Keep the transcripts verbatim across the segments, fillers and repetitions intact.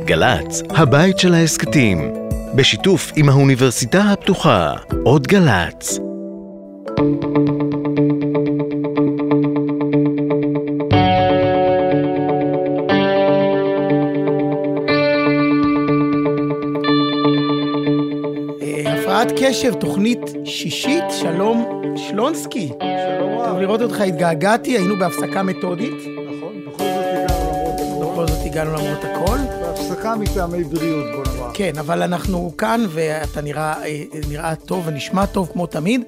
גל"צ, הבית של העסקתים, בשיתוף עם האוניברסיטה הפתוחה, עוד גל"צ. הפרעת קשב, תוכנית שישית, שלום שלונסקי. שלום רב. טוב לראות אותך, התגעגעתי, היינו בהפסקה מתודית. נכון, בכל זאת הגענו למרות הכל. בכל זאת הגענו למרות הכל. בהפסקה מטעמי בריאות, בוא נאמר. כן, אבל אנחנו כאן, ואתה נראה, נראה טוב ונשמע טוב כמו תמיד.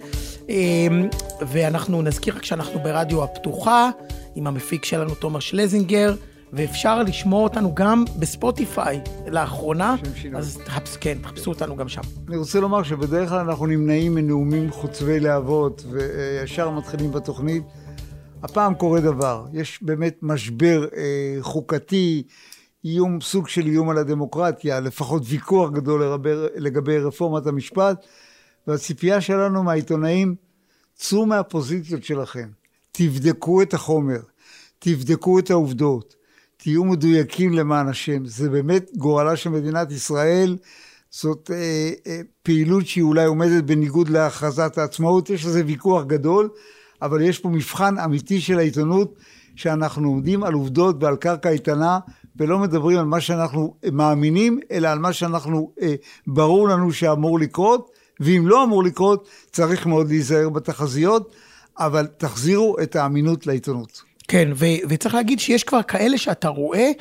ואנחנו נזכיר רק שאנחנו ברדיו הפתוחה, עם המפיק שלנו תומר שלזינגר, ואפשר לשמוע אותנו גם בספוטיפיי לאחרונה, אז תחפש, כן, תחפשו אותנו גם שם. אני רוצה לומר שבדרך כלל אנחנו נמנעים מנאומים חוצבי להבות, וישר מתחילים בתוכנית. הפעם קורה דבר, יש באמת משבר אה, חוקתי, איום, סוג של איום על הדמוקרטיה, לפחות ויכוח גדול לגבי, לגבי רפורמת המשפט, והציפייה שלנו מהעיתונאים, צאו מהפוזיציות שלכם, תבדקו את החומר, תבדקו את העובדות, תהיו מדויקים למען השם. זה באמת גורלה של מדינת ישראל, זאת אה, אה, פעילות שהיא אולי עומדת בניגוד להכרזת העצמאות, יש לזה ויכוח גדול, אבל יש פה מבחן אמיתי של העיתונות, שאנחנו עומדים על עובדות ועל קרקע איתנה, ולא מדברים על מה שאנחנו מאמינים, אלא על מה שאנחנו, אה, ברור לנו שאמור לקרות, ואם לא אמור לקרות, צריך מאוד להיזהר בתחזיות, אבל תחזירו את האמינות לעיתונות. כן, ו- וצריך להגיד שיש כבר כאלה שאתה רואה,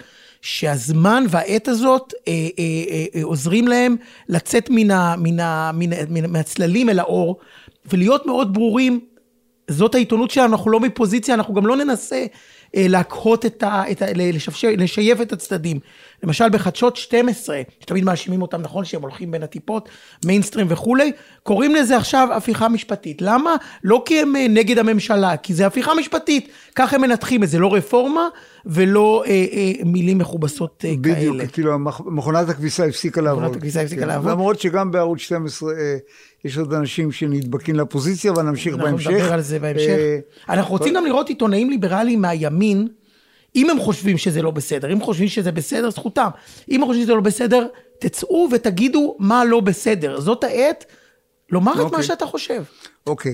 שהזמן והעת הזאת אה, אה, אה, עוזרים להם לצאת מן ה- מן ה- מן ה- מן ה- מהצללים אל האור, ולהיות מאוד ברורים. זאת העיתונות שלנו, אנחנו לא מפוזיציה, אנחנו גם לא ננסה אה, להקהות את ה... את ה לשפש, לשייף את הצדדים. למשל בחדשות שתים עשרה, שתמיד מאשימים אותם, נכון, שהם הולכים בין הטיפות, מיינסטרים וכולי, קוראים לזה עכשיו הפיכה משפטית. למה? לא כי הם נגד הממשלה, כי זה הפיכה משפטית. כך הם מנתחים את זה, לא רפורמה ולא אה, אה, מילים מכובסות אה, בדיוק, כאלה. בדיוק, כאילו מכונת הכביסה הפסיקה לעבוד. מכונת הכביסה הפסיקה כן, לעבוד. למרות שגם בערוץ שתים עשרה אה, יש עוד אנשים שנדבקים לפוזיציה, ונמשיך בהמשך. אנחנו נדבר על זה בהמשך. אה, אנחנו רוצים גם לראות עיתונאים ליברליים מהימין, אם הם חושבים שזה לא בסדר, אם הם חושבים שזה בסדר, זכותם. אם הם חושבים שזה לא בסדר, תצאו ותגידו מה לא בסדר. זאת העת לומר את מה שאתה חושב. אוקיי.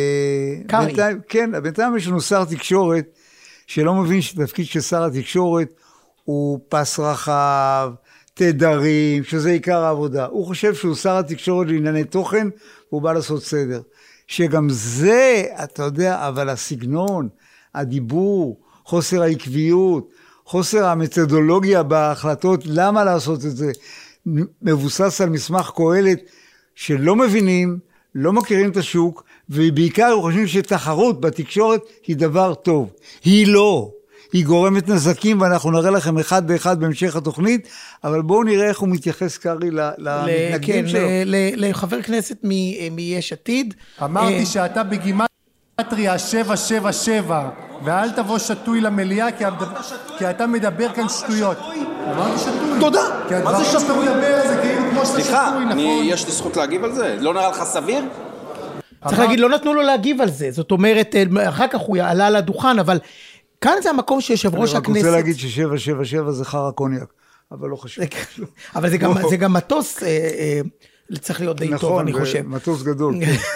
קרי. כן, בינתיים יש לנו שר תקשורת, שלא מבין שתפקיד של שר התקשורת הוא פס רחב, תדרים, שזה עיקר העבודה. הוא חושב שהוא שר התקשורת לענייני תוכן, והוא בא לעשות סדר. שגם זה, אתה יודע, אבל הסגנון, הדיבור, חוסר העקביות, חוסר המתודולוגיה בהחלטות, למה לעשות את זה, מבוסס על מסמך קהלת, שלא מבינים, לא מכירים את השוק, ובעיקר הם חושבים שתחרות בתקשורת היא דבר טוב. היא לא. היא גורמת נזקים, ואנחנו נראה לכם אחד באחד בהמשך התוכנית, אבל בואו נראה איך הוא מתייחס קרי למתנגדים שלו. כן, לחבר כנסת מיש עתיד. אמרתי שאתה בגימטריה שבע שבע שבע, ואל תבוא שטוי למליאה, כי אתה מדבר כאן שטויות. אמרתי שטוי. תודה. מה זה שטוי? זה כאילו כמו שאתה סליחה, שטוי, יש לי זכות להגיב על זה? לא נראה לך סביר? צריך להגיד, לא נתנו לו להגיב על זה. זאת אומרת, אחר כך הוא עלה לדוכן, אבל כאן זה המקום שיושב ראש הכנסת. אני רק רוצה להגיד ששבע שבע שבע זה חרה קוניאק, אבל לא חשוב. אבל זה גם מטוס, צריך להיות די טוב, אני חושב. נכון, מטוס גדול.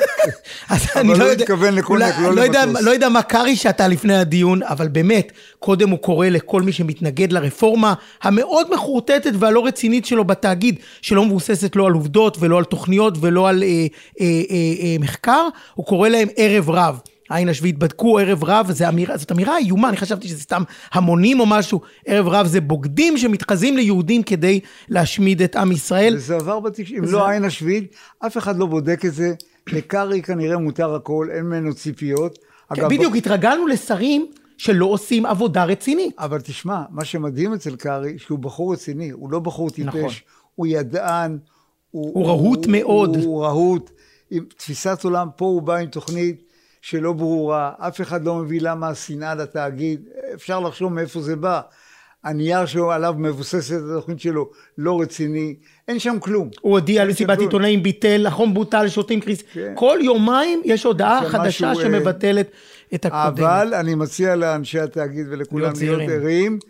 אבל לא התכוון לקוניאק, לא למטוס. לא יודע מה קרי שאתה לפני הדיון, אבל באמת, קודם הוא קורא לכל מי שמתנגד לרפורמה המאוד מחורטטת והלא רצינית שלו בתאגיד, שלא מבוססת לא על עובדות ולא על תוכניות ולא על מחקר, הוא קורא להם ערב רב. עין השביעית בדקו, ערב רב, זה אמירה, זאת אמירה איומה, אני חשבתי שזה סתם המונים או משהו, ערב רב זה בוגדים שמתחזים ליהודים כדי להשמיד את עם ישראל. וזה עבר בתקשורת, אם לא עין השביעית, אף אחד לא בודק את זה, לקרי כנראה מותר הכל, אין ממנו ציפיות. בדיוק, התרגלנו לשרים שלא עושים עבודה רצינית. אבל תשמע, מה שמדהים אצל קרי, שהוא בחור רציני, הוא לא בחור טיפש, הוא ידען, הוא רהוט מאוד. הוא רהוט, עם תפיסת עולם, פה הוא בא עם תוכנית, שלא ברורה, אף אחד לא מביא למה השנאה לתאגיד, אפשר לחשוב מאיפה זה בא, הנייר שעליו מבוססת התוכנית שלו לא רציני, אין שם כלום. הוא הודיע לסיבת עיתונאים ביטל, לחום בוטל, שותים קריס, כל יומיים יש הודעה חדשה שמבטלת את הקודם. אבל אני מציע לאנשי התאגיד ולכולם להיות ערים,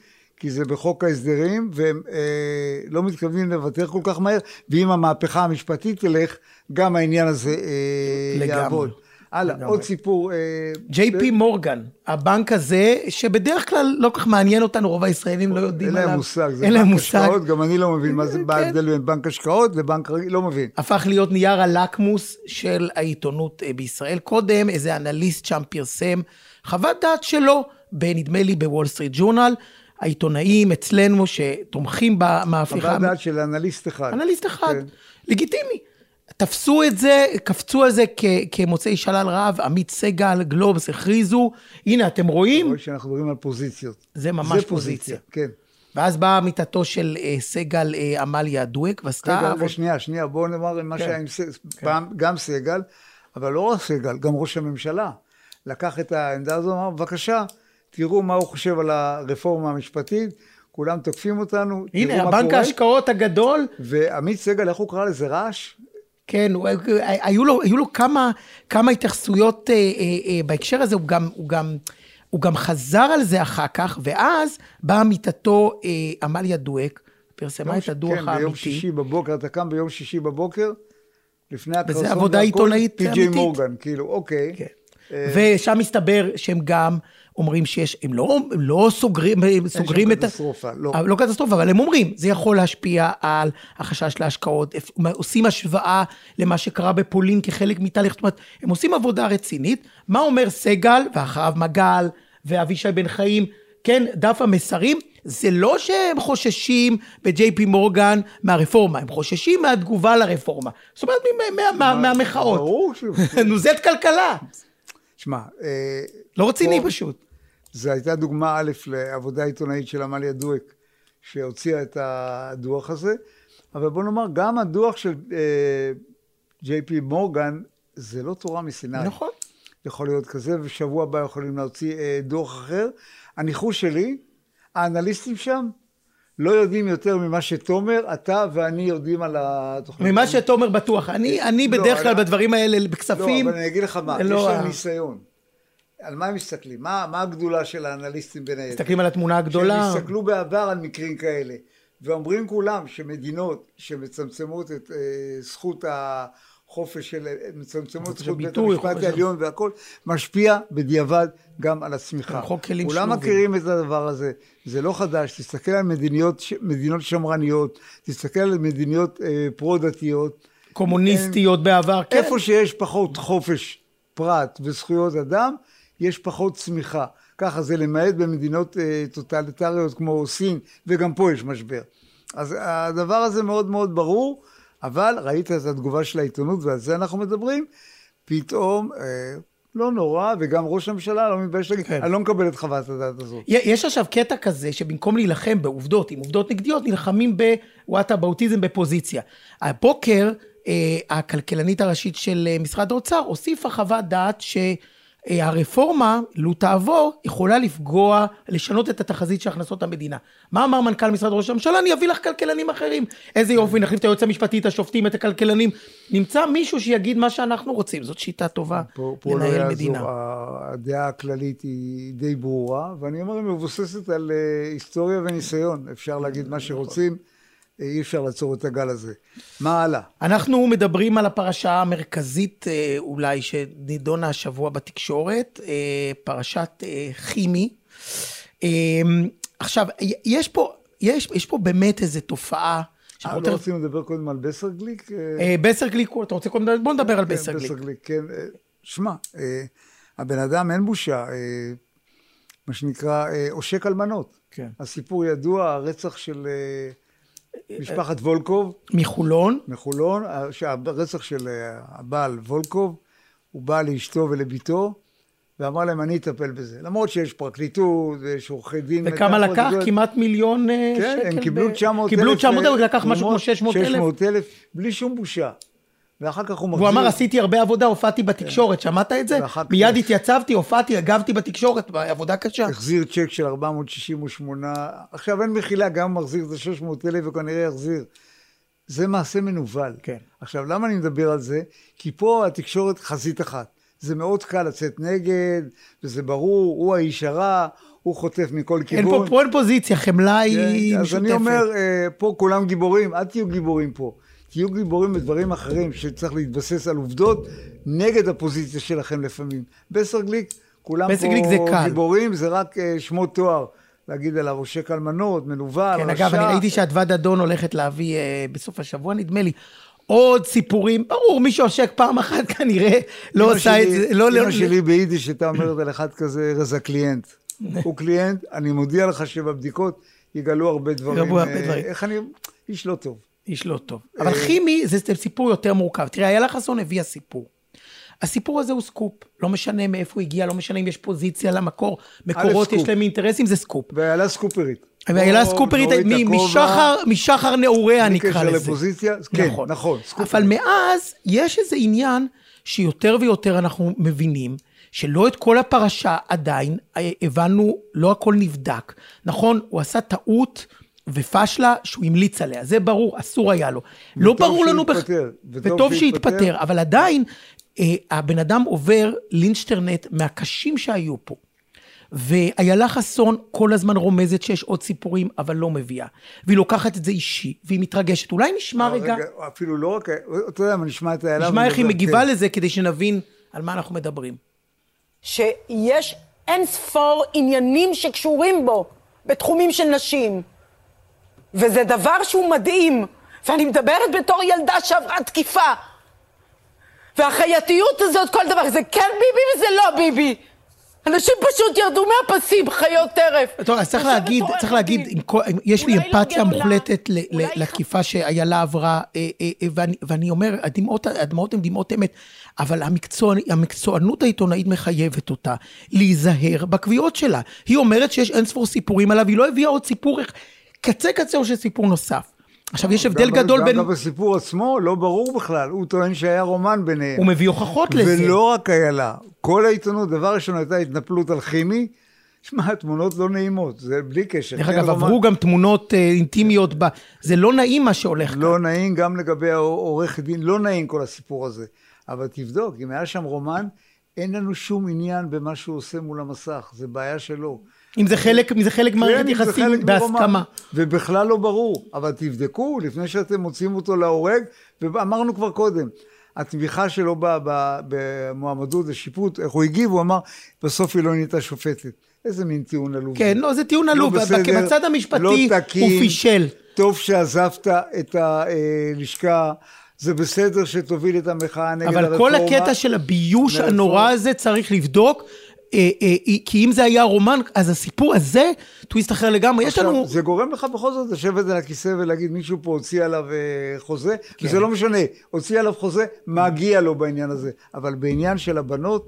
כי זה בחוק ההסדרים, והם אה, לא מתכוונים לוותר כל כך מהר, ואם המהפכה המשפטית תלך, גם העניין הזה אה, יעבוד. הלאה, עוד סיפור. ג'יי פי מורגן, הבנק הזה, שבדרך כלל לא כך מעניין אותנו, רוב הישראלים לא יודעים עליו. אין להם מושג, זה בנק השקעות, גם אני לא מבין מה זה בהבדל בין בנק השקעות לבנק רגיל, לא מבין. הפך להיות נייר הלקמוס של העיתונות בישראל. קודם איזה אנליסט שם פרסם חוות דעת שלו, בנדמה לי בוול סטריט ג'ורנל, העיתונאים אצלנו שתומכים במהפכה. חוות דעת של אנליסט אחד. אנליסט אחד, לגיטימי. תפסו את זה, קפצו על זה כמוצאי שלל רב, עמית סגל, גלובס, הכריזו, הנה אתם רואים? רואים שאנחנו מדברים על פוזיציות. זה ממש פוזיציה. כן. ואז באה מיטתו של סגל עמליה דואק, ועשתה... רגע, שנייה, שנייה, בואו נאמר מה שהיה עם סגל, גם סגל, אבל לא רק סגל, גם ראש הממשלה. לקח את העמדה הזו, אמר, בבקשה, תראו מה הוא חושב על הרפורמה המשפטית, כולם תוקפים אותנו, הנה, הבנק ההשקעות הגדול. ועמית סגל, איך הוא קרא לזה רעש? כן, היו לו, היו לו כמה, כמה התייחסויות אה, אה, בהקשר הזה, הוא גם, הוא גם, הוא גם חזר על זה אחר כך, ואז באה מיטתו אה, עמליה דואק, פרסמה את הדוח האמיתי. כן, ביום שישי בבוקר, אתה קם ביום שישי בבוקר, לפני הקרסון, וזה עבודה עיתונאית אמיתית. פי ג'יי מורגן, כאילו, אוקיי. כן. ושם מסתבר שהם גם אומרים שיש, הם לא, הם לא סוגרים, סוגרים את... קטסטרופה, לא. לא קטסטרופה, אבל הם אומרים, זה יכול להשפיע על החשש להשקעות, עושים השוואה למה שקרה בפולין כחלק מתהליך, זאת אומרת, הם עושים עבודה רצינית, מה אומר סגל, ואחריו מגל, ואבישי בן חיים, כן, דף המסרים, זה לא שהם חוששים ב-ג'יי פי מורגן מהרפורמה, הם חוששים מהתגובה לרפורמה, זאת אומרת, מהמחאות. ברור ש... נוזלת כלכלה. שמע, לא רציני פשוט. זו הייתה דוגמה א' לעבודה עיתונאית של עמליה דואק, שהוציאה את הדוח הזה, אבל בוא נאמר, גם הדוח של ג'יי פי מורגן, זה לא תורה מסיני. נכון. יכול להיות כזה, ושבוע הבא יכולים להוציא דוח אחר. הניחוש שלי, האנליסטים שם, לא יודעים יותר ממה שתומר, אתה ואני יודעים על התוכנית. ממה שתומר בטוח. אני, אני בדרך כלל בדברים האלה בכספים. לא, אבל אני אגיד לך מה, יש להם ניסיון. על מה הם מסתכלים? מה, מה הגדולה של האנליסטים בין היתר? מסתכלים על התמונה הגדולה. שהם הסתכלו בעבר על מקרים כאלה. ואומרים כולם שמדינות שמצמצמות את אה, זכות החופש של, מצמצמות זכות בית המשפט העליון והכל, משפיע בדיעבד גם על הצמיחה. כולם מכירים את הדבר הזה. זה לא חדש. תסתכל על מדינות, מדינות שמרניות, תסתכל על מדיניות אה, פרו-דתיות. קומוניסטיות הם, בעבר, כן. איפה שיש פחות חופש פרט וזכויות אדם, יש פחות צמיחה. ככה זה למעט במדינות אה, טוטליטריות כמו סין, וגם פה יש משבר. אז הדבר הזה מאוד מאוד ברור, אבל ראית את התגובה של העיתונות, ועל זה אנחנו מדברים, פתאום אה, לא נורא, וגם ראש הממשלה לא מתבייש להגיד, כן. אני לא מקבל את חוות הדעת הזאת. יש עכשיו קטע כזה, שבמקום להילחם בעובדות, עם עובדות נגדיות, נלחמים בוואטאבאוטיזם בפוזיציה. הבוקר, אה, הכלכלנית הראשית של משרד האוצר, הוסיפה חוות דעת ש... הרפורמה, לו תעבור, יכולה לפגוע, לשנות את התחזית של הכנסות המדינה. מה אמר מנכ"ל משרד ראש הממשלה? אני אביא לך כלכלנים אחרים. איזה יופי, נחליף את היועץ המשפטי, את השופטים, את הכלכלנים. נמצא מישהו שיגיד מה שאנחנו רוצים. זאת שיטה טובה פה, פה לנהל לא מדינה. פה הדעה הכללית היא די ברורה, ואני אומר, היא מבוססת על היסטוריה וניסיון. אפשר להגיד מה שרוצים. אי אפשר לעצור את הגל הזה. מה הלאה? אנחנו מדברים על הפרשה המרכזית אולי שנידונה השבוע בתקשורת, פרשת כימי. עכשיו, יש פה, יש, יש פה באמת איזו תופעה. אה, לא רוצים לדבר קודם על בסרגליק? בסרגליק, אתה רוצה קודם? בוא נדבר על בסרגליק. בסרגליק, כן. שמע, הבן אדם אין בושה, מה שנקרא, עושק אלמנות. כן. הסיפור ידוע, הרצח של... משפחת וולקוב. מחולון. מחולון, הרצח של הבעל וולקוב, הוא בא לאשתו ולביתו, ואמר להם, אני אטפל בזה. למרות שיש פרקליטות, ויש עורכי דין. וכמה לקח? כמעט מיליון שקל. כן, הם קיבלו תשע מאות אלף. קיבלו תשע מאות אלף, לקח משהו כמו שש מאות אלף. שש מאות אלף, בלי שום בושה. ואחר כך הוא מחזיר... והוא אמר, עשיתי הרבה עבודה, הופעתי בתקשורת, שמעת את זה? מיד התייצבתי, הופעתי, הגבתי בתקשורת, בעבודה קשה. החזיר צ'ק של ארבע מאות שישים ושמונה, עכשיו אין מחילה, גם מחזיר את ה-שש מאות אלף וכנראה יחזיר. זה מעשה מנוול. כן. עכשיו, למה אני מדבר על זה? כי פה התקשורת חזית אחת. זה מאוד קל לצאת נגד, וזה ברור, הוא האיש הרע, הוא חוטף מכל אין כיוון. פה, פה אין פוזיציה, חמלה היא כן, משותפת. אז אני אומר, פה כולם גיבורים, אל תהיו גיבורים פה. תהיו גיבורים בדברים אחרים שצריך להתבסס על עובדות נגד הפוזיציה שלכם לפעמים. בסר גליק, כולם פה גיבורים, זה רק שמות תואר. להגיד עליו, עושק אלמנות, מנוול, כן, רשע. אגב, אני ראיתי שהדוות אדון הולכת להביא אה, בסוף השבוע, נדמה לי, עוד סיפורים, ברור, מי שעושק פעם אחת כנראה לא עושה את זה. אמא לא, שלי לא... ביידיש הייתה אומרת על אחד כזה, רזה קליינט. הוא קליינט, אני מודיע לך שבבדיקות יגלו הרבה דברים. יגלו הרבה דברים. איך אני... איש לא טוב. איש לא טוב. אבל חימי זה סיפור יותר מורכב. תראה, איילה חסון הביאה סיפור. הסיפור הזה הוא סקופ, לא משנה מאיפה הוא הגיע, לא משנה אם יש פוזיציה למקור, מקורות יש להם אינטרסים, זה סקופ. ואיילה סקופרית. ואיילה סקופרית, משחר, משחר נעוריה נקרא לזה. לפוזיציה, כן, נכון, נכון. אבל מאז יש איזה עניין שיותר ויותר אנחנו מבינים, שלא את כל הפרשה עדיין הבנו, לא הכל נבדק. נכון, הוא עשה טעות ופשלה שהוא המליץ עליה, זה ברור, אסור היה לו. לא ברור לנו, וטוב שהתפטר, אבל עדיין, הבן אדם עובר לינצ'טרנט מהקשים שהיו פה. ואיילה חסון כל הזמן רומזת שיש עוד סיפורים, אבל לא מביאה. והיא לוקחת את זה אישי, והיא מתרגשת. אולי נשמע רגע... אפילו לא רק... אתה יודע, נשמע את איילה... נשמע איך היא מגיבה לזה, כדי שנבין על מה אנחנו מדברים. שיש אין ספור עניינים שקשורים בו, בתחומים של נשים. וזה דבר שהוא מדהים. ואני מדברת בתור ילדה שעברה תקיפה. והחייתיות הזאת, כל דבר, זה כן ביבי וזה לא ביבי. אנשים פשוט ירדו מהפסים, חיות טרף. טוב, אז צריך להגיד, צריך להגיד, יש לי אמפתיה מוחלטת לתקיפה שאיילה עברה, ואני אומר, הדמעות הן דמעות אמת, אבל המקצוענות העיתונאית מחייבת אותה להיזהר בקביעות שלה. היא אומרת שיש אין ספור סיפורים עליו, היא לא הביאה עוד סיפור, קצה קצה או שסיפור נוסף. עכשיו יש הבדל גדול בין... גם בסיפור עצמו לא ברור בכלל, הוא טוען שהיה רומן ביניהם. הוא מביא הוכחות לזה. ולא רק איילה, כל העיתונות, דבר ראשון הייתה התנפלות על חימי, שמע, התמונות לא נעימות, זה בלי קשר. דרך אגב, עברו גם תמונות אינטימיות, זה לא נעים מה שהולך כאן. לא נעים גם לגבי העורך דין, לא נעים כל הסיפור הזה. אבל תבדוק, אם היה שם רומן, אין לנו שום עניין במה שהוא עושה מול המסך, זה בעיה שלו. אם זה חלק, אם זה חלק מערכת יחסים בהסכמה. ובכלל לא ברור, אבל תבדקו לפני שאתם מוצאים אותו להורג, ואמרנו כבר קודם, התמיכה שלו במועמדות לשיפוט, איך הוא הגיב, הוא אמר, בסוף היא לא נהייתה שופטת. איזה מין טיעון עלוב. כן, לא, זה טיעון עלוב, בצד המשפטי הוא פישל. טוב שעזבת את הלשכה, זה בסדר שתוביל את המחאה נגד הרפורמה. אבל כל הקטע של הביוש הנורא הזה צריך לבדוק, כי אם זה היה רומן, אז הסיפור הזה, טוויסט אחר לגמרי, יש לנו... זה גורם לך בכל זאת לשבת על הכיסא ולהגיד, מישהו פה הוציא עליו חוזה, וזה לא משנה, הוציא עליו חוזה, מגיע לו בעניין הזה. אבל בעניין של הבנות,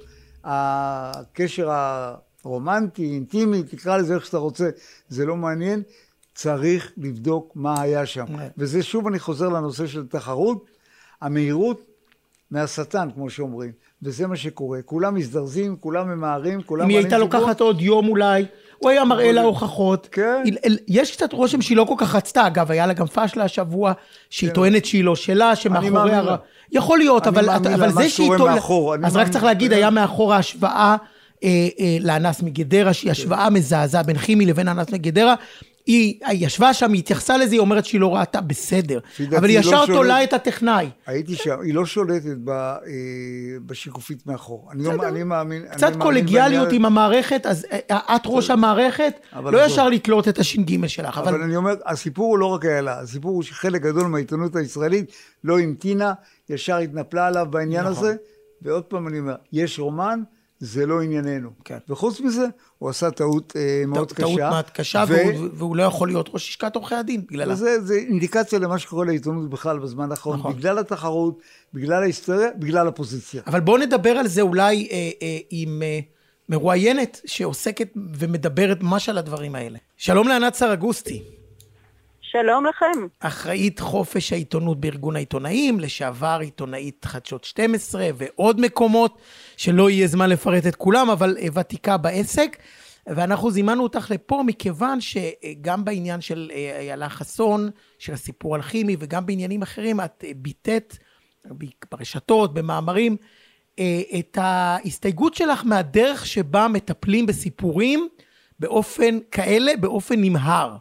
הקשר הרומנטי, אינטימי, תקרא לזה איך שאתה רוצה, זה לא מעניין, צריך לבדוק מה היה שם. וזה שוב אני חוזר לנושא של תחרות, המהירות מהשטן, כמו שאומרים. וזה מה שקורה. כולם מזדרזים, כולם ממהרים, כולם... אם היא הייתה לוקחת עוד יום אולי, הוא היה מראה לה הוכחות. כן. יש קצת רושם שהיא לא כל כך רצתה. אגב, היה לה גם פשלה השבוע, שהיא טוענת שהיא לא שלה, שמאחוריה... יכול להיות, אבל זה שהיא טוענת... אז רק צריך להגיד, היה מאחור ההשוואה לאנס מגדרה, שהיא השוואה מזעזעה בין חימי לבין אנס מגדרה. היא ישבה שם, היא התייחסה לזה, היא אומרת שהיא לא ראתה בסדר, אבל היא ישר תולה את הטכנאי. הייתי שם, היא לא שולטת בשיקופית מאחור. אני מאמין... קצת קולגיאליות עם המערכת, אז את ראש המערכת, לא ישר לתלות את הש"ג שלך. אבל אני אומר, הסיפור הוא לא רק איילה, הסיפור הוא שחלק גדול מהעיתונות הישראלית לא המתינה, ישר התנפלה עליו בעניין הזה, ועוד פעם אני אומר, יש רומן, זה לא ענייננו. כן. וחוץ מזה, הוא עשה טעות אה, מאוד קשה. טעות מאוד קשה, ו... והוא, והוא לא יכול להיות ראש לשכת עורכי הדין בגללה. זה, זה אינדיקציה למה שקורה לעיתונות בכלל בזמן האחרון, נכון. בגלל התחרות, בגלל ההיסטוריה, בגלל הפוזיציה. אבל בואו נדבר על זה אולי אה, אה, עם אה, מרואיינת שעוסקת ומדברת ממש על הדברים האלה. שלום לענת סרגוסטי. שלום לכם. אחראית חופש העיתונות בארגון העיתונאים, לשעבר עיתונאית חדשות שתים עשרה ועוד מקומות שלא יהיה זמן לפרט את כולם, אבל ותיקה בעסק. ואנחנו זימנו אותך לפה מכיוון שגם בעניין של איילה חסון, של הסיפור על חימי, וגם בעניינים אחרים, את ביטאת ברשתות, במאמרים, את ההסתייגות שלך מהדרך שבה מטפלים בסיפורים, באופן כאלה, באופן נמהר.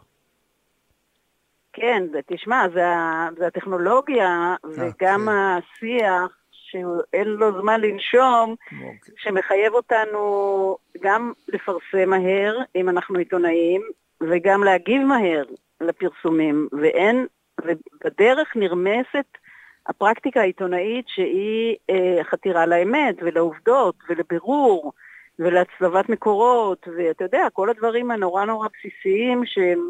כן, תשמע, זה, זה הטכנולוגיה וגם השיח שאין לו זמן לנשום, שמחייב אותנו גם לפרסם מהר, אם אנחנו עיתונאים, וגם להגיב מהר לפרסומים, ואין, ובדרך נרמסת הפרקטיקה העיתונאית שהיא אה, חתירה לאמת ולעובדות ולבירור ולהצלבת מקורות, ואתה יודע, כל הדברים הנורא נורא בסיסיים שהם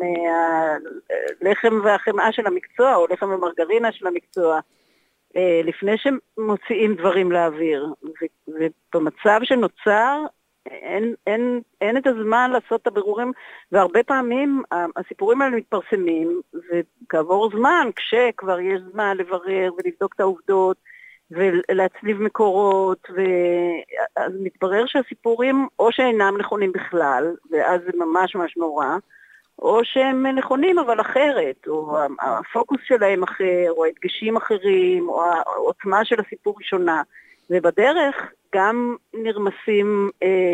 הלחם והחמאה של המקצוע, או לחם ומרגרינה של המקצוע, אה, לפני שמוציאים דברים לאוויר. ו- ובמצב שנוצר, אין, אין, אין את הזמן לעשות את הבירורים, והרבה פעמים הסיפורים האלה מתפרסמים, וכעבור זמן, כשכבר יש זמן לברר ולבדוק את העובדות, ולהצליב מקורות, ואז מתברר שהסיפורים או שאינם נכונים בכלל, ואז זה ממש ממש נורא, או שהם נכונים אבל אחרת, או הפוקוס שלהם אחר, או ההדגשים אחרים, או העוצמה של הסיפור ראשונה, ובדרך גם נרמסים,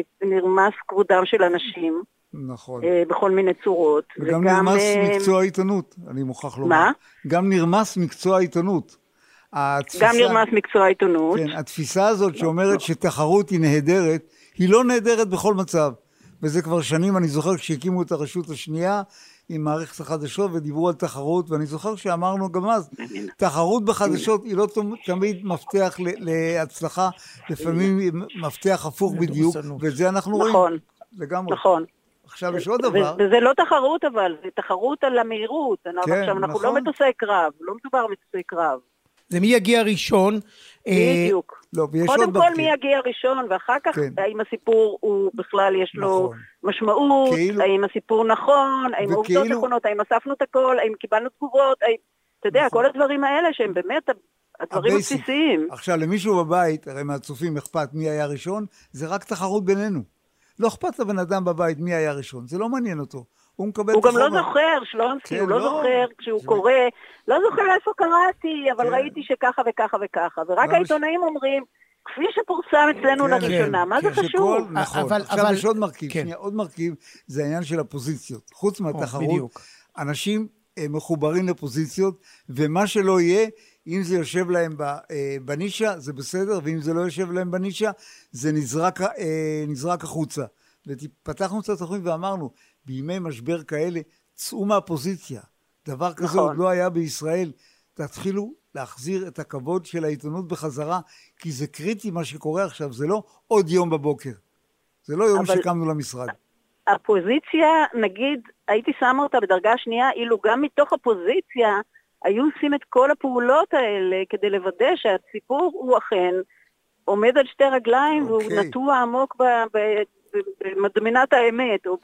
נרמס כבודם של אנשים, נכון. בכל מיני צורות. וגם וגם נרמס מקצוע העיתונות, אני מוכרח לומר. מה? גם נרמס מקצוע העיתונות. התפיסה, גם נרמס מקצוע העיתונות. כן, התפיסה הזאת שאומרת שתחרות היא נהדרת, היא לא נהדרת בכל מצב. וזה כבר שנים, אני זוכר כשהקימו את הרשות השנייה, עם מערכת החדשות ודיברו על תחרות, ואני זוכר שאמרנו גם אז, תחרות בחדשות היא לא תמיד מפתח להצלחה, לפעמים מפתח הפוך בדיוק, וזה אנחנו רואים. נכון, לגמרי. נכון. עכשיו יש עוד דבר. וזה לא תחרות אבל, זה תחרות על המהירות. עכשיו אנחנו לא מטוסי קרב, לא מדובר מטוסי קרב. זה מי יגיע ראשון. בדיוק. לא, קודם כל מי יגיע ראשון, ואחר כך האם הסיפור הוא בכלל יש לו משמעות, האם הסיפור נכון, האם העובדות נכונות, האם אספנו את הכל, האם קיבלנו תגובות, אתה יודע, כל הדברים האלה שהם באמת הדברים הבסיסיים. עכשיו, למישהו בבית, הרי מהצופים אכפת מי היה ראשון, זה רק תחרות בינינו. לא אכפת לבן אדם בבית מי היה ראשון, זה לא מעניין אותו. הוא מקבל הוא גם לא זוכר, שלונסקי, הוא לא זוכר כשהוא קורא, לא זוכר איפה קראתי, אבל ראיתי שככה וככה וככה, ורק העיתונאים אומרים, כפי שפורסם אצלנו לראשונה, מה זה חשוב? נכון, עכשיו יש עוד מרכיב, שנייה, עוד מרכיב, זה העניין של הפוזיציות. חוץ מהתחרות, אנשים מחוברים לפוזיציות, ומה שלא יהיה, אם זה יושב להם בנישה, זה בסדר, ואם זה לא יושב להם בנישה, זה נזרק החוצה. ופתחנו קצת תוכנית ואמרנו, בימי משבר כאלה, צאו מהפוזיציה. דבר כזה עוד לא היה בישראל. תתחילו להחזיר את הכבוד של העיתונות בחזרה, כי זה קריטי מה שקורה עכשיו, זה לא עוד יום בבוקר. זה לא יום שקמנו למשרד. הפוזיציה, נגיד, הייתי שמה אותה בדרגה שנייה, אילו גם מתוך הפוזיציה, היו עושים את כל הפעולות האלה, כדי לוודא שהציבור הוא אכן עומד על שתי רגליים, והוא נטוע עמוק ב... במדמינת האמת, או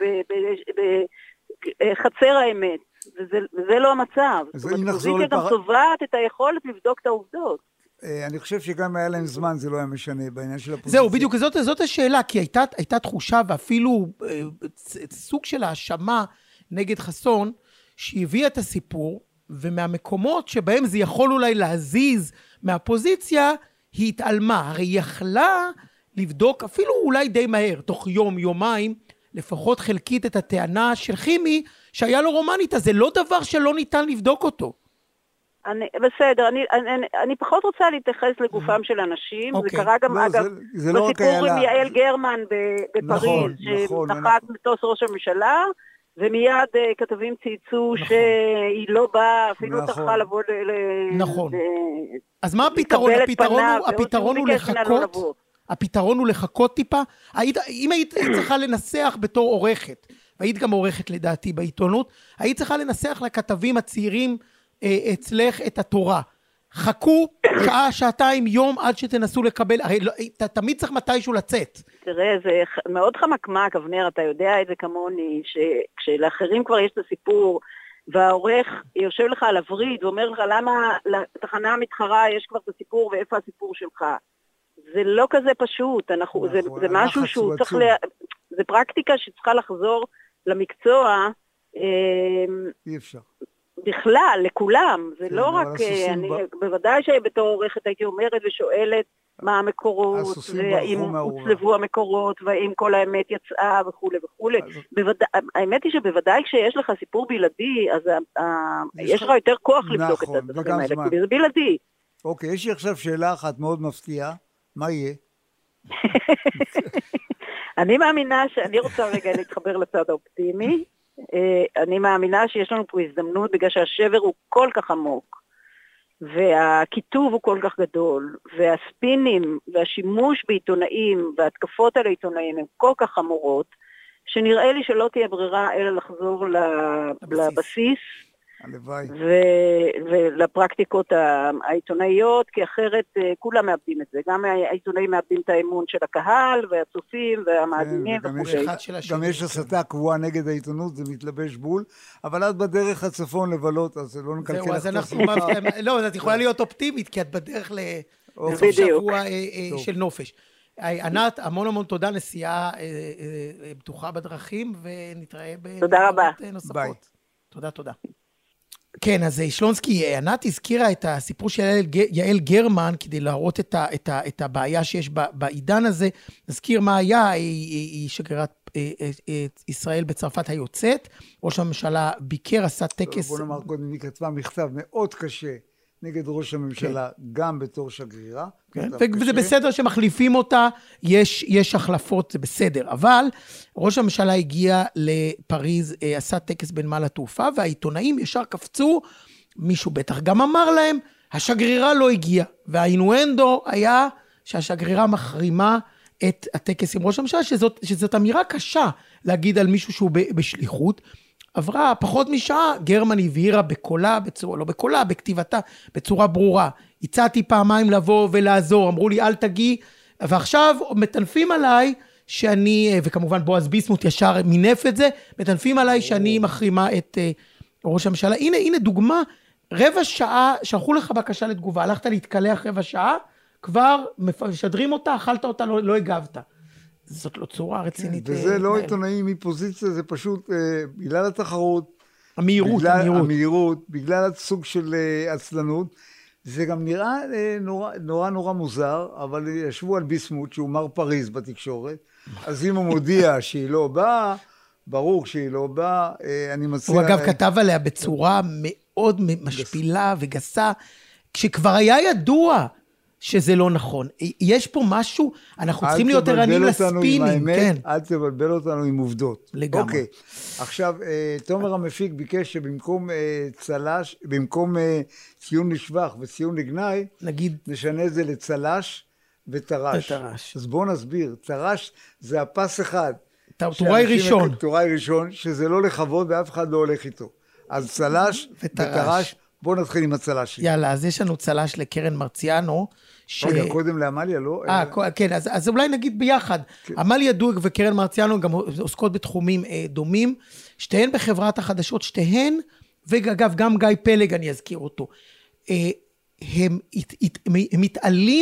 בחצר האמת, וזה לא המצב. הפוזיציה גם צובעת את היכולת לבדוק את העובדות. אני חושב שגם היה להם זמן, זה לא היה משנה בעניין של הפוזיציה. זהו, בדיוק, זאת השאלה, כי הייתה תחושה, ואפילו סוג של האשמה נגד חסון, שהביאה את הסיפור, ומהמקומות שבהם זה יכול אולי להזיז מהפוזיציה, היא התעלמה. הרי היא יכלה לבדוק אפילו אולי די מהר, תוך יום, יומיים, לפחות חלקית את הטענה של חימי, שהיה לו רומניטה. זה לא דבר שלא ניתן לבדוק אותו. אני, בסדר, אני, אני, אני פחות רוצה להתייחס לגופם של אנשים. Okay. זה קרה גם, לא, אגב, זה, זה לא בסיפור עם יעל גרמן בפריז, נכון, נכון, שנחת מטוס ראש הממשלה, ומיד uh, כתבים צייצו נכון. שהיא לא באה, אפילו נכון. תרכה לבוא ל... נכון. ל, אז מה הפתרון? הפתרון הוא, הפתרון הוא לחכות? הפתרון הוא לחכות טיפה? היית, אם היית צריכה לנסח בתור עורכת, והיית גם עורכת לדעתי בעיתונות, היית צריכה לנסח לכתבים הצעירים אה, אצלך את התורה. חכו שעה, שעתיים, יום עד שתנסו לקבל, הרי לא, ת, תמיד צריך מתישהו לצאת. תראה, זה מאוד חמקמק, אבנר, אתה יודע את זה כמוני, שכשלאחרים כבר יש את הסיפור, והעורך יושב לך על הוריד, ואומר לך למה לתחנה המתחרה יש כבר את הסיפור, ואיפה הסיפור שלך. זה לא כזה פשוט, אנחנו, נכון, זה, זה משהו שהוא צריך, לה, זה פרקטיקה שצריכה לחזור למקצוע, אי אפשר. בכלל, לכולם, זה לא רק, אני, בוודאי שבתור עורכת הייתי אומרת ושואלת, מה המקורות, והאם הוצלבו המקורות, והאם כל האמת יצאה וכו' וכו'. האמת היא שבוודאי כשיש לך סיפור בלעדי, אז יש לך יותר כוח לבדוק את הדברים האלה, כי זה בלעדי. אוקיי, יש לי עכשיו שאלה אחת מאוד מפתיעה, מה יהיה? אני מאמינה שאני רוצה רגע להתחבר לצד האופטימי, אני מאמינה שיש לנו פה הזדמנות, בגלל שהשבר הוא כל כך עמוק, והכיתוב הוא כל כך גדול, והספינים והשימוש בעיתונאים וההתקפות על העיתונאים הן כל כך חמורות, שנראה לי שלא תהיה ברירה אלא לחזור לבסיס, ולפרקטיקות העיתונאיות, כי אחרת כולם מאבדים את זה. גם העיתונאים מאבדים את האמון של הקהל, והצופים, והמאזינים וכו'. גם יש הסתה קבועה נגד העיתונות, זה מתלבש בול, אבל את בדרך הצפון לבלות, אז זה לא נקלקל לך את הסיבה. לא, את יכולה להיות אופטימית, כי את בדרך לסוף שבוע של נופש. ענת, המון המון תודה, נסיעה בטוחה בדרכים, ונתראה בנקודות נוספות. תודה, תודה. כן, אז שלונסקי, ענת הזכירה את הסיפור של יעל, יעל גרמן, כדי להראות את, ה, את, ה, את הבעיה שיש בעידן הזה. נזכיר מה היה, היא, היא שגרירת ישראל בצרפת היוצאת, ראש הממשלה ביקר, עשה טקס... בוא נאמר קודם, היא כתבה מכתב מאוד קשה נגד ראש הממשלה, כן. גם בתור שגרירה. כן. וזה בסדר שמחליפים אותה, יש, יש החלפות, זה בסדר, אבל ראש הממשלה הגיע לפריז, עשה טקס בנמל התעופה, והעיתונאים ישר קפצו, מישהו בטח גם אמר להם, השגרירה לא הגיעה, והאינואנדו היה שהשגרירה מחרימה את הטקס עם ראש הממשלה, שזאת, שזאת אמירה קשה להגיד על מישהו שהוא בשליחות, עברה פחות משעה, גרמן הבהירה בקולה, בצורה, לא בקולה, בכתיבתה, בצורה ברורה. הצעתי פעמיים לבוא ולעזור, אמרו לי אל תגיעי, ועכשיו מטנפים עליי שאני, וכמובן בועז ביסמוט ישר מינף את זה, מטנפים עליי שאני מחרימה את uh, ראש הממשלה. הנה, הנה דוגמה, רבע שעה, שלחו לך בקשה לתגובה, הלכת להתקלח רבע שעה, כבר משדרים אותה, אכלת אותה, לא, לא הגבת. זאת לא צורה רצינית. כן, וזה לא עיתונאים מפוזיציה, זה פשוט אה, בגלל התחרות, המהירות, בגלל המהירות. המהירות, בגלל הסוג של אה, עצלנות, זה גם נראה אה, נורא, נורא נורא מוזר, אבל ישבו על ביסמוט שהוא מר פריז בתקשורת, אז אם הוא מודיע שהיא לא באה, ברור שהיא לא באה, אה, אני מציע... הוא אגב כתב עליה בצורה מאוד משפילה וגסה, כשכבר היה ידוע שזה לא נכון. יש פה משהו, אנחנו צריכים להיות ערניים לספינים. כן. אל תבלבל אותנו עם עובדות. לגמרי. אוקיי, עכשיו, תומר המפיק ביקש שבמקום צלש, במקום ציון לשבח וציון לגנאי, נגיד, נשנה את זה לצלש ותרש. ותרש. אז בואו נסביר, תרש זה הפס אחד. טוראי ראשון. טוראי ראשון, שזה לא לכבוד ואף אחד לא הולך איתו. אז צלש ותרש. בואו נתחיל עם הצלש. יאללה, אז יש לנו צלש לקרן מרציאנו. ש... רגע, קודם לאמליה, לא? אה, כן, אז, אז אולי נגיד ביחד. כן. אמליה דוג וקרן מרציאנו גם עוסקות בתחומים אה, דומים, שתיהן בחברת החדשות, שתיהן, ואגב, גם גיא פלג, אני אזכיר אותו, אה, הם, הם, הם מתעלים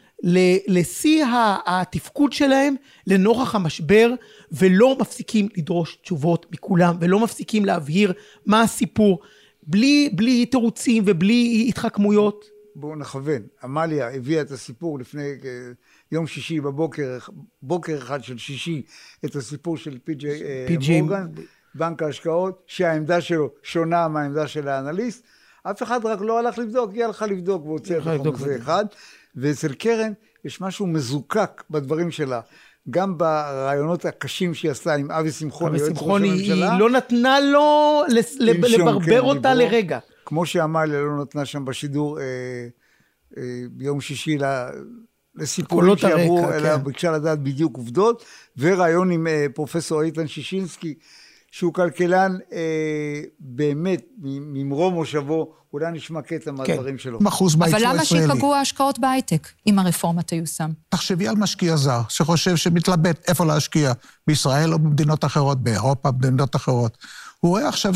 לשיא התפקוד שלהם, לנוכח המשבר, ולא מפסיקים לדרוש תשובות מכולם, ולא מפסיקים להבהיר מה הסיפור, בלי, בלי תירוצים ובלי התחכמויות. בואו נכוון. אמליה הביאה את הסיפור לפני יום שישי בבוקר, בוקר אחד של שישי, את הסיפור של פי ג'יי מורגן, בנק ההשקעות, שהעמדה שלו שונה מהעמדה של האנליסט. אף אחד רק לא הלך לבדוק, היא הלכה לבדוק והוצא את החוק הזה אחד. ואצל קרן יש משהו מזוקק בדברים שלה. גם ברעיונות הקשים שהיא עשתה עם אבי שמחוני, אבי שמחוני, היא לא נתנה לו לברבר אותה לרגע. כמו שאמליה לא נתנה שם בשידור ביום שישי לסיפורים שעברו, אלא ביקשה לדעת בדיוק עובדות, ורעיון עם פרופסור איתן שישינסקי, שהוא כלכלן באמת ממרום מושבו, אולי נשמע קטע מהדברים שלו. אבל למה שיפגעו ההשקעות בהייטק, אם הרפורמה תיושם? תחשבי על משקיע זר, שחושב שמתלבט איפה להשקיע, בישראל או במדינות אחרות, באירופה, במדינות אחרות. הוא רואה עכשיו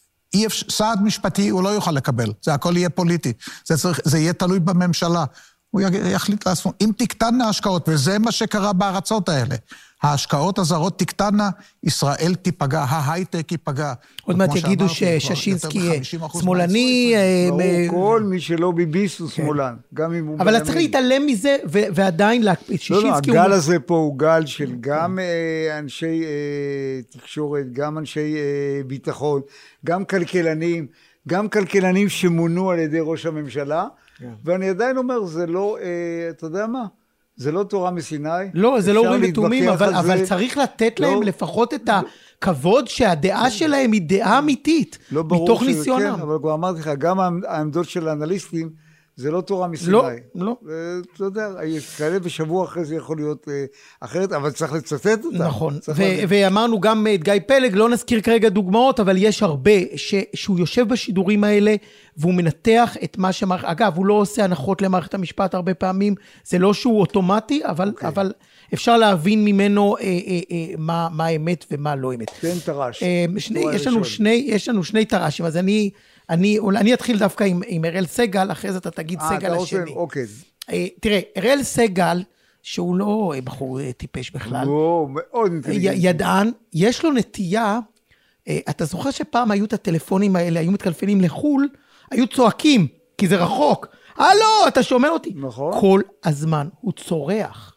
שסעד משפטי הוא לא יוכל לקבל, זה הכל יהיה פוליטי, זה, צריך, זה יהיה תלוי בממשלה. הוא יחליט לעצמו, אם תקטנה ההשקעות, וזה מה שקרה בארצות האלה, ההשקעות הזרות תקטנה, ישראל תיפגע, ההייטק ייפגע. עוד מעט יגידו שששינסקי שמאלני... כל מי שלא ביביסט הוא שמאלן, גם אם הוא... אבל אתה צריך להתעלם מזה, ועדיין להקפיד. לא, לא, הגל הזה פה הוא גל של גם אנשי תקשורת, גם אנשי ביטחון, גם כלכלנים, גם כלכלנים שמונו על ידי ראש הממשלה, ואני עדיין אומר, זה לא, אתה יודע מה? זה לא תורה מסיני. לא, זה לא אורים ותומים, אבל, אבל צריך לתת לא, להם לפחות את הכבוד שהדעה שלהם היא דעה אמיתית, לא מתוך ניסיונם. כן, אבל כבר אמרתי לך, גם העמדות של האנליסטים, זה לא תורה מסיני. לא, לא. אתה יודע, כאלה בשבוע אחרי זה יכול להיות אחרת, אבל צריך לצטט אותם. נכון, ואמרנו גם את גיא פלג, לא נזכיר כרגע דוגמאות, אבל יש הרבה שהוא יושב בשידורים האלה, והוא מנתח את מה שמערכת, אגב, הוא לא עושה הנחות למערכת המשפט הרבה פעמים, זה לא שהוא אוטומטי, אבל, okay. אבל אפשר להבין ממנו אה, אה, אה, מה, מה האמת ומה לא אמת. כן, תרש. אה, שני, יש, לנו שני, יש לנו שני תרשים, אז אני, אני, אני אתחיל דווקא עם, עם אראל סגל, אחרי זה אתה תגיד 아, סגל אתה השני. עושה, אוקיי. אה, תראה, אראל סגל, שהוא לא בחור טיפש בכלל, לא, מאוד אינטליגנטי. ידען, יש לו נטייה, אה, אתה זוכר שפעם היו את הטלפונים האלה, היו מתקלפנים לחול, היו צועקים, כי זה רחוק. הלו, אתה שומע אותי? נכון. כל הזמן הוא צורח.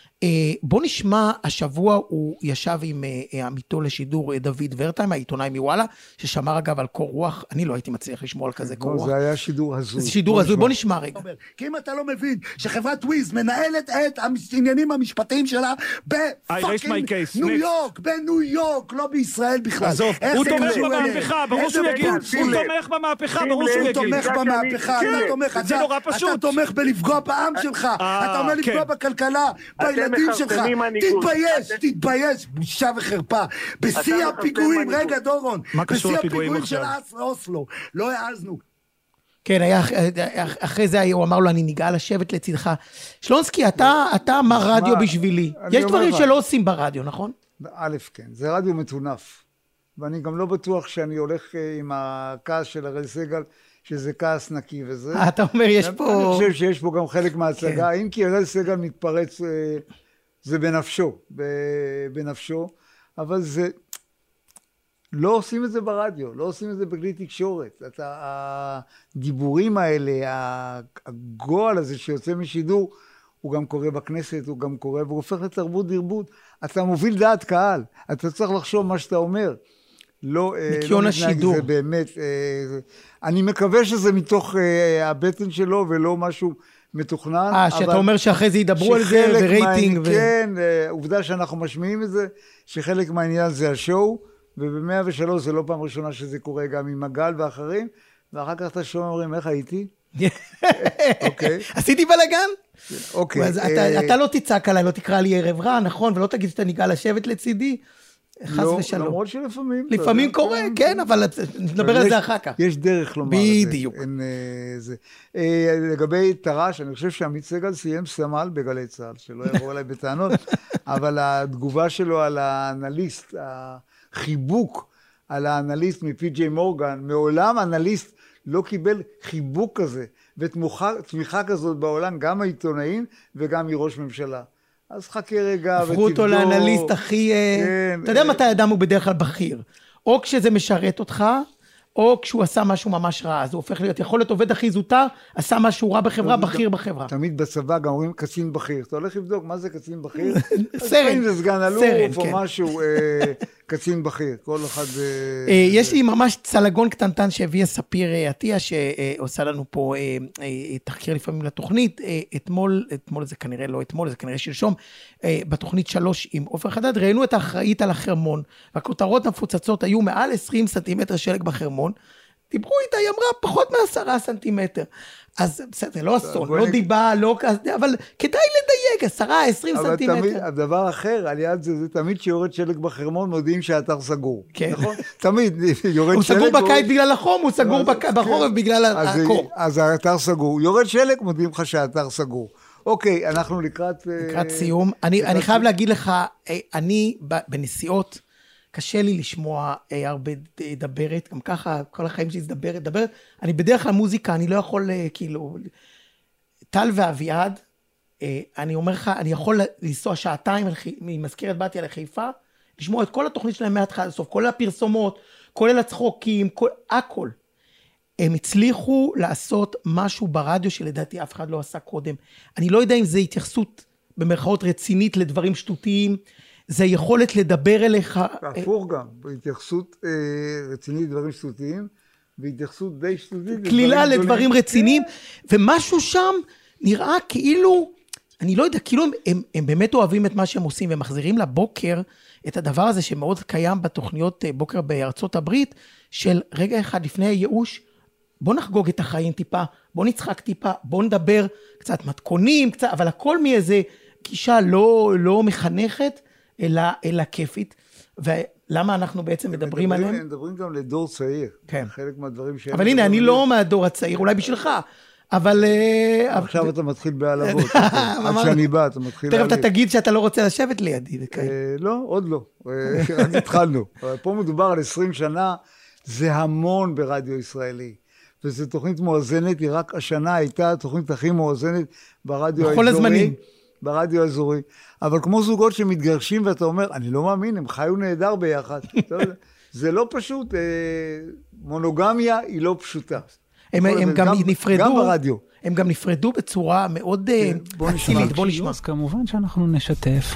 בוא נשמע, השבוע הוא ישב עם עמיתו לשידור דוד ורטיים, העיתונאי מוואלה, ששמר אגב על קור רוח, אני לא הייתי מצליח לשמוע על כזה קור רוח. זה היה שידור הזוי. זה שידור הזוי, בוא נשמע רגע. כי אם אתה לא מבין שחברת וויז מנהלת את העניינים המשפטיים שלה בפאקינג ניו יורק, בניו יורק, לא בישראל בכלל. עזוב, הוא תומך במהפכה, ברור שהוא יגיד, הוא תומך במהפכה, ברור שהוא יגיד. הוא תומך במהפכה, אתה תומך, זה נורא פשוט. אתה תומך בלפגוע בעם שלך, אתה אומר לפגוע בכלכלה, בילדים שלך, תתבייש, תתבייש, בושה וחרפה, בשיא הפיגועים, רגע דורון, בשיא הפיגועים של אוסלו, לא העזנו. כן, היה, אחרי זה הוא אמר לו, אני ניגע לשבת לצדך. שלונסקי, אתה, אתה אמר רדיו בשבילי. יש דברים שלא עושים ברדיו, נכון? א', כן, זה רדיו מטונף, ואני גם לא בטוח שאני הולך עם הכעס של אראל סגל, שזה כעס נקי וזה. אתה אומר, יש פה... אני חושב שיש פה גם חלק מההצגה, אם כי אראל סגל מתפרץ... זה בנפשו, בנפשו, אבל זה, לא עושים את זה ברדיו, לא עושים את זה בכלי תקשורת. אתה, הדיבורים האלה, הגועל הזה שיוצא משידור, הוא גם קורה בכנסת, הוא גם קורה, והוא הופך לתרבות דרבות. אתה מוביל דעת קהל, אתה צריך לחשוב מה שאתה אומר. לא, ניקיון לא השידור. זה באמת, אני מקווה שזה מתוך הבטן שלו ולא משהו... מתוכנן. אה, שאתה אומר שאחרי זה ידברו על זה ורייטינג. כן, עובדה שאנחנו משמיעים את זה, שחלק מהעניין זה השואו, וב-מאה ושלוש זה לא פעם ראשונה שזה קורה גם עם הגל ואחרים, ואחר כך אתה שומע אומרים, איך הייתי? אוקיי. עשיתי בלגן? אוקיי. אז אתה לא תצעק עליי, לא תקרא לי ערב רע, נכון? ולא תגיד שאתה ניגע לשבת לצידי. חס ושלום. למרות שלפעמים... לפעמים קורה, כן, אבל נדבר על זה אחר כך. יש דרך לומר את זה. בדיוק. לגבי תר"ש, אני חושב שעמית סגל סיים סמל בגלי צה"ל, שלא יבואו אליי בטענות, אבל התגובה שלו על האנליסט, החיבוק על האנליסט מפי ג'יי מורגן, מעולם האנליסט לא קיבל חיבוק כזה, ותמיכה כזאת בעולם, גם העיתונאים וגם מראש ממשלה. אז חכה רגע ותבדוק. הפכו אותו לאנליסט הכי... כן, אתה יודע מתי האדם הוא בדרך כלל בכיר? או כשזה משרת אותך, או כשהוא עשה משהו ממש רע. אז הוא הופך להיות, יכול להיות עובד הכי זוטר, עשה משהו רע בחברה, בכיר בחברה. תמיד בצבא גם אומרים קצין בכיר. אתה הולך לבדוק מה זה קצין בכיר? סרן. זה סגן אלוף או משהו, קצין בכיר. כל אחד... יש לי ממש צלגון קטנטן שהביאה ספיר עטיה, שעושה לנו פה תחקיר לפעמים לתוכנית. אתמול, אתמול זה כנראה לא אתמול, זה כנראה שלשום, בתוכנית שלוש עם עופר חדד, ראינו את האחראית על החרמון, והכותרות המפוצצות היו מעל עשרים סנטימטר שלג בחרמון, דיברו איתה, היא אמרה פחות מעשרה סנטימטר. אז בסדר, לא אסון, לא דיבה, לא כזה, אבל כדאי לדייק, עשרה, עשרים סנטימטר. אבל תמיד, הדבר אחר, על יד זה, זה תמיד שיורד שלג בחרמון, מודיעים שהאתר סגור. כן. נכון? תמיד יורד שלג. הוא סגור בקיץ בגלל החום, הוא סגור בחורף בגלל הקור. אז האתר סגור. יורד שלג, מודיעים לך שהאתר סגור. אוקיי, אנחנו לקראת... לקראת סיום. אני חייב להגיד לך, אני בנסיעות, קשה לי לשמוע הרבה דברת, גם ככה כל החיים שלי דברת, דברת. אני בדרך כלל מוזיקה, אני לא יכול כאילו... טל ואביעד, אני אומר לך, אני יכול לנסוע שעתיים ממזכרת בתיה לחיפה, לשמוע את כל התוכנית שלהם מהתחלה לסוף, כל הפרסומות, כולל הצחוקים, כל, הכל. הם הצליחו לעשות משהו ברדיו שלדעתי אף אחד לא עשה קודם. אני לא יודע אם זה התייחסות במרכאות רצינית לדברים שטותיים, זה יכולת לדבר אליך. הפוך גם, בהתייחסות אה, רצינית לדברים שטותיים, והתייחסות די שטותית. כלילה לדברים רציניים, ומשהו שם נראה כאילו, אני לא יודע, כאילו הם, הם, הם באמת אוהבים את מה שהם עושים, והם מחזירים לבוקר את הדבר הזה שמאוד קיים בתוכניות בוקר בארצות הברית, של רגע אחד לפני הייאוש, בוא נחגוג את החיים טיפה, בוא נצחק טיפה, בוא נדבר קצת מתכונים, קצת, אבל הכל מאיזה גישה לא, לא מחנכת, אלא, אלא כיפית. ולמה אנחנו בעצם מדברים עליהם? הם מדברים גם לדור צעיר. כן. חלק מהדברים שהם... אבל הנה, אני לא מהדור הצעיר, אולי בשבילך. אבל... עכשיו אתה מתחיל בהעלבות. עד שאני בא, אתה מתחיל... תכף אתה תגיד שאתה לא רוצה לשבת לידי. לא, עוד לא. רק התחלנו. פה מדובר על עשרים שנה, זה המון ברדיו ישראלי. וזו תוכנית מואזנת, היא רק השנה הייתה התוכנית הכי מואזנת ברדיו האזורי. בכל הזמנים. ברדיו האזורי. אבל כמו זוגות שמתגרשים ואתה אומר, אני לא מאמין, הם חיו נהדר ביחד. זה לא פשוט, מונוגמיה היא לא פשוטה. הם, הם גם, גם נפרדו, גם ברדיו. הם גם נפרדו בצורה מאוד אצילית. בוא נשמע. אז כמובן שאנחנו נשתף.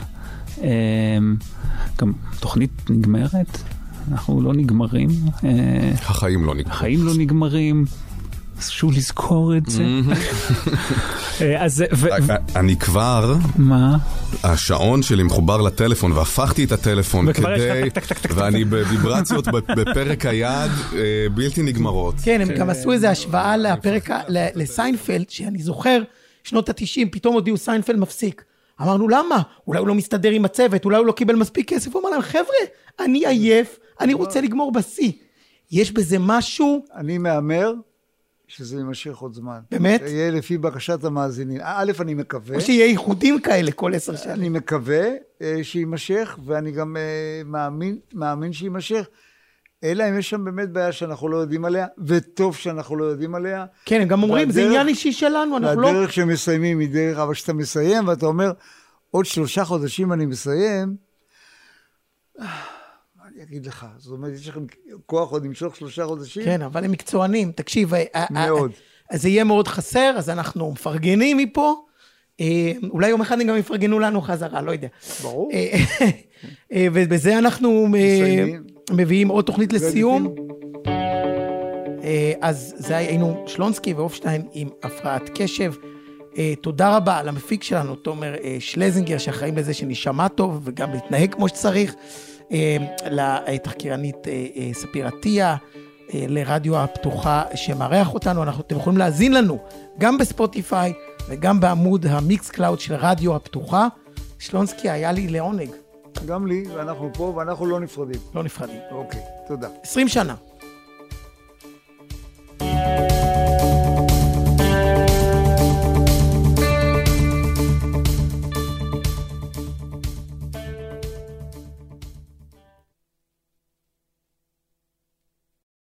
גם תוכנית נגמרת, אנחנו לא נגמרים. החיים לא נגמרים. החיים לא נגמרים. שוב לזכור את זה. אז אני כבר... מה? השעון שלי מחובר לטלפון, והפכתי את הטלפון כדי... ואני בוויברציות בפרק היד בלתי נגמרות. כן, הם גם עשו איזו השוואה לפרק, לסיינפלד, שאני זוכר, שנות ה-תשעים, פתאום הודיעו סיינפלד מפסיק. אמרנו, למה? אולי הוא לא מסתדר עם הצוות, אולי הוא לא קיבל מספיק כסף. הוא אמר להם, חבר'ה, אני עייף, אני רוצה לגמור בסי. יש בזה משהו... אני מאמר שזה יימשך עוד זמן. באמת? יהיה לפי בקשת המאזינים. א', אני מקווה... או שיהיה ייחודים כאלה כל עשר שנים. אני מקווה שיימשך, ואני גם מאמין, מאמין שיימשך. אלא אם יש שם באמת בעיה שאנחנו לא יודעים עליה, וטוב שאנחנו לא יודעים עליה. כן, הם גם אומרים, זה עניין אישי שלנו, אנחנו לא... והדרך שמסיימים היא דרך, אבל שאתה מסיים, ואתה אומר, עוד שלושה חודשים אני מסיים, אני אגיד לך, זאת אומרת, יש לכם כוח עוד למשוך שלושה חודשים? כן, אבל הם מקצוענים, תקשיב, מאוד. אז זה יהיה מאוד חסר, אז אנחנו מפרגנים מפה, אולי יום אחד הם גם יפרגנו לנו חזרה, לא יודע. ברור. ובזה אנחנו מביאים עוד תוכנית לסיום. אז זה היינו שלונסקי ואופשטיין עם הפרעת קשב. תודה רבה למפיק שלנו, תומר שלזינגר, שאחראים לזה שנשמע טוב וגם להתנהג כמו שצריך. לתחקירנית ספיר עטיה, לרדיו הפתוחה שמארח אותנו. אנחנו, אתם יכולים להזין לנו גם בספוטיפיי וגם בעמוד המיקס קלאוד של רדיו הפתוחה. שלונסקי, היה לי לעונג. גם לי, ואנחנו פה, ואנחנו לא נפרדים. לא נפרדים. אוקיי, תודה. עשרים שנה.